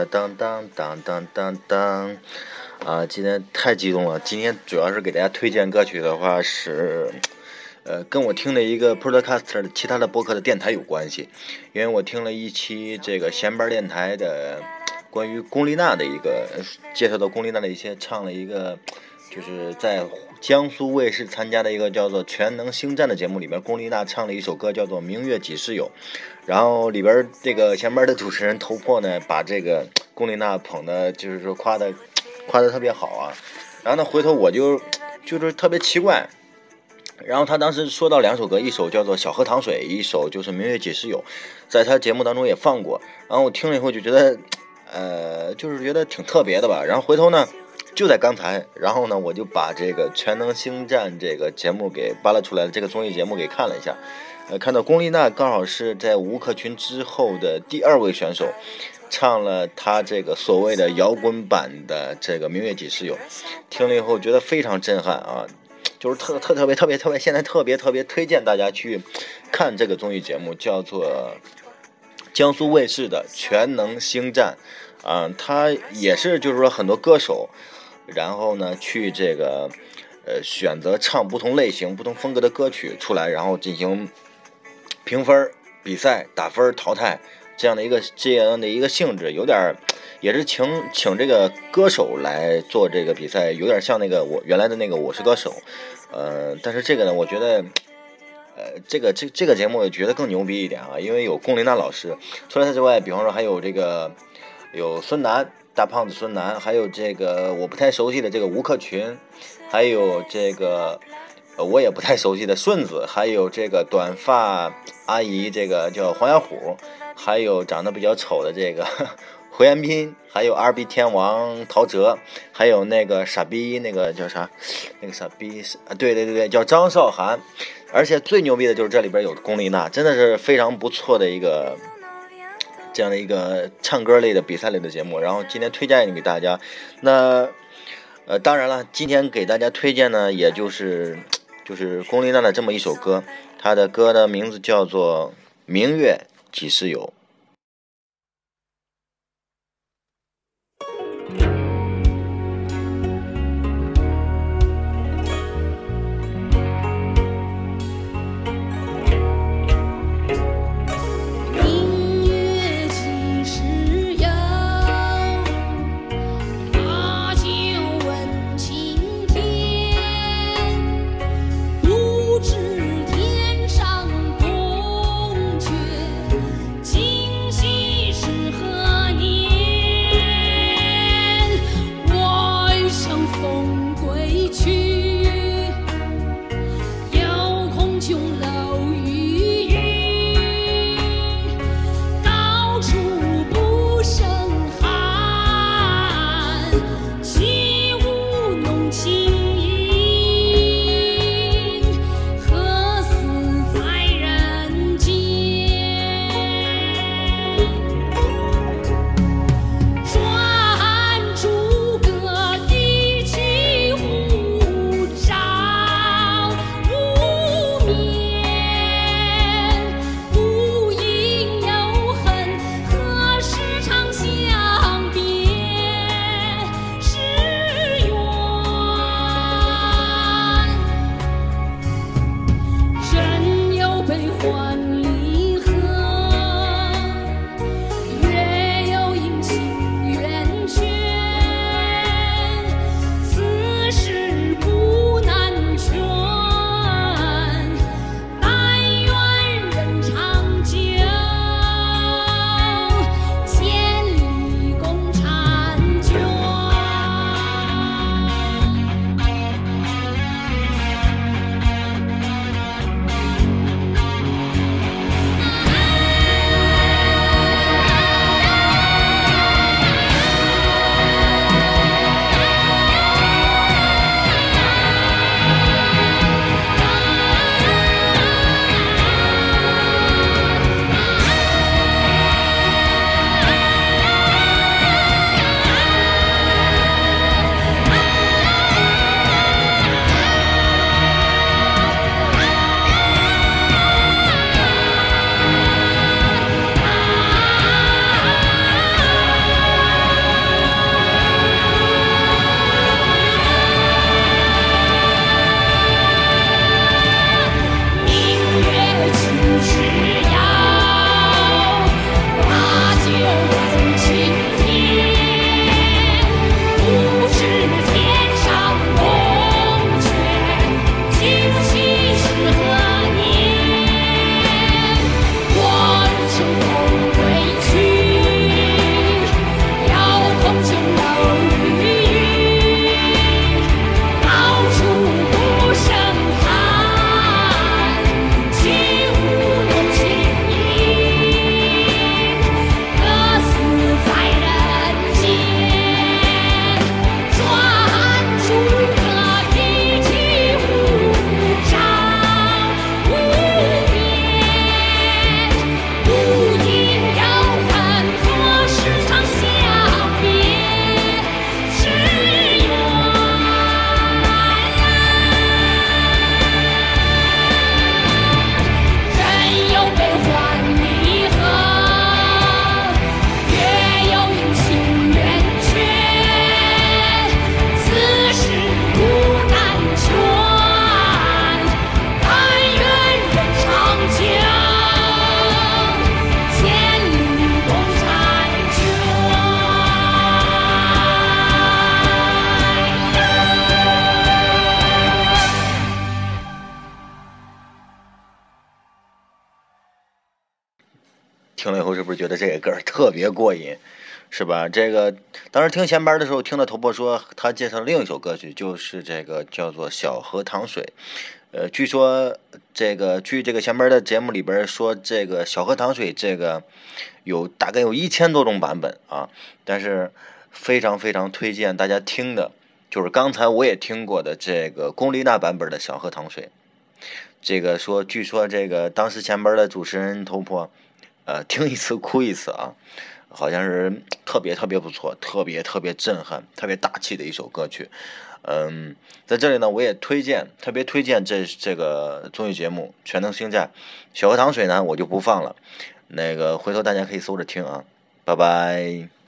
当当当当当当当啊！今天太激动了。今天主要是给大家推荐歌曲的话是，跟我听的一个 podcast 其他的播客的电台有关系，因为我听了一期这个闲班电台的关于龚丽娜的一个介绍到龚丽娜的一些唱了一个就是在江苏卫视参加的一个叫做《全能星战》的节目里面，龚丽娜唱了一首歌叫做《明月几时有》，然后里边这个前边的主持人头破呢，把这个龚丽娜捧的，就是说夸的特别好啊。然后呢，回头我就是特别奇怪，然后他当时说到两首歌，一首叫做《小河淌水》，一首就是《明月几时有》，在他节目当中也放过。然后我听了以后就觉得，就是觉得挺特别的吧。然后回头呢，就在刚才，然后呢，我就把这个《全能星战》这个节目给扒拉出来了，这个综艺节目给看了一下，看到龚丽娜刚好是在吴克群之后的第二位选手，唱了他这个所谓的摇滚版的这个《明月几时有》，听了以后觉得非常震撼啊，就是特别，现在特别推荐大家去看这个综艺节目，叫做江苏卫视的《全能星战》啊，它也是就是说很多歌手，然后呢去这个选择唱不同类型、不同风格的歌曲出来，然后进行评分、比赛、打分、淘汰这样的一个性质，有点也是请这个歌手来做这个比赛，有点像那个我原来的那个《我是歌手》，但是这个呢，我觉得。这个节目我觉得更牛逼一点啊，因为有龚琳娜老师，除了他之外，比方说还有这个有孙楠，大胖子孙楠，还有这个我不太熟悉的这个吴克群，还有这个我也不太熟悉的顺子，还有这个短发阿姨，这个叫黄小虎，还有长得比较丑的这个胡彦斌，还有2B 天王陶喆，还有那个傻逼，那个叫啥？那个傻逼是对，叫张韶涵。而且最牛逼的就是这里边有龚丽娜，真的是非常不错的一个这样的一个唱歌类的比赛类的节目。然后今天推荐给大家，那当然了，今天给大家推荐呢，也就是龚丽娜的这么一首歌，她的歌的名字叫做《明月几时有》。 不知天上宫阙，今听了以后是不是觉得这个歌特别过瘾？是吧？这个当时听闲班的时候，听到头破说他介绍另一首歌曲，就是这个叫做《小河淌水》。据说据这个闲班的节目里边说，这个《小河淌水》这个大概有1000多种版本啊，但是非常非常推荐大家听的，就是刚才我也听过的这个龚丽娜版本的《小河淌水》。据说这个当时前边的主持人头破，听一次哭一次啊。好像是特别特别不错，特别特别震撼，特别大气的一首歌曲。在这里呢，我也特别推荐这个综艺节目《全能星战》。小河淌水呢，我就不放了，回头大家可以搜着听啊。拜拜。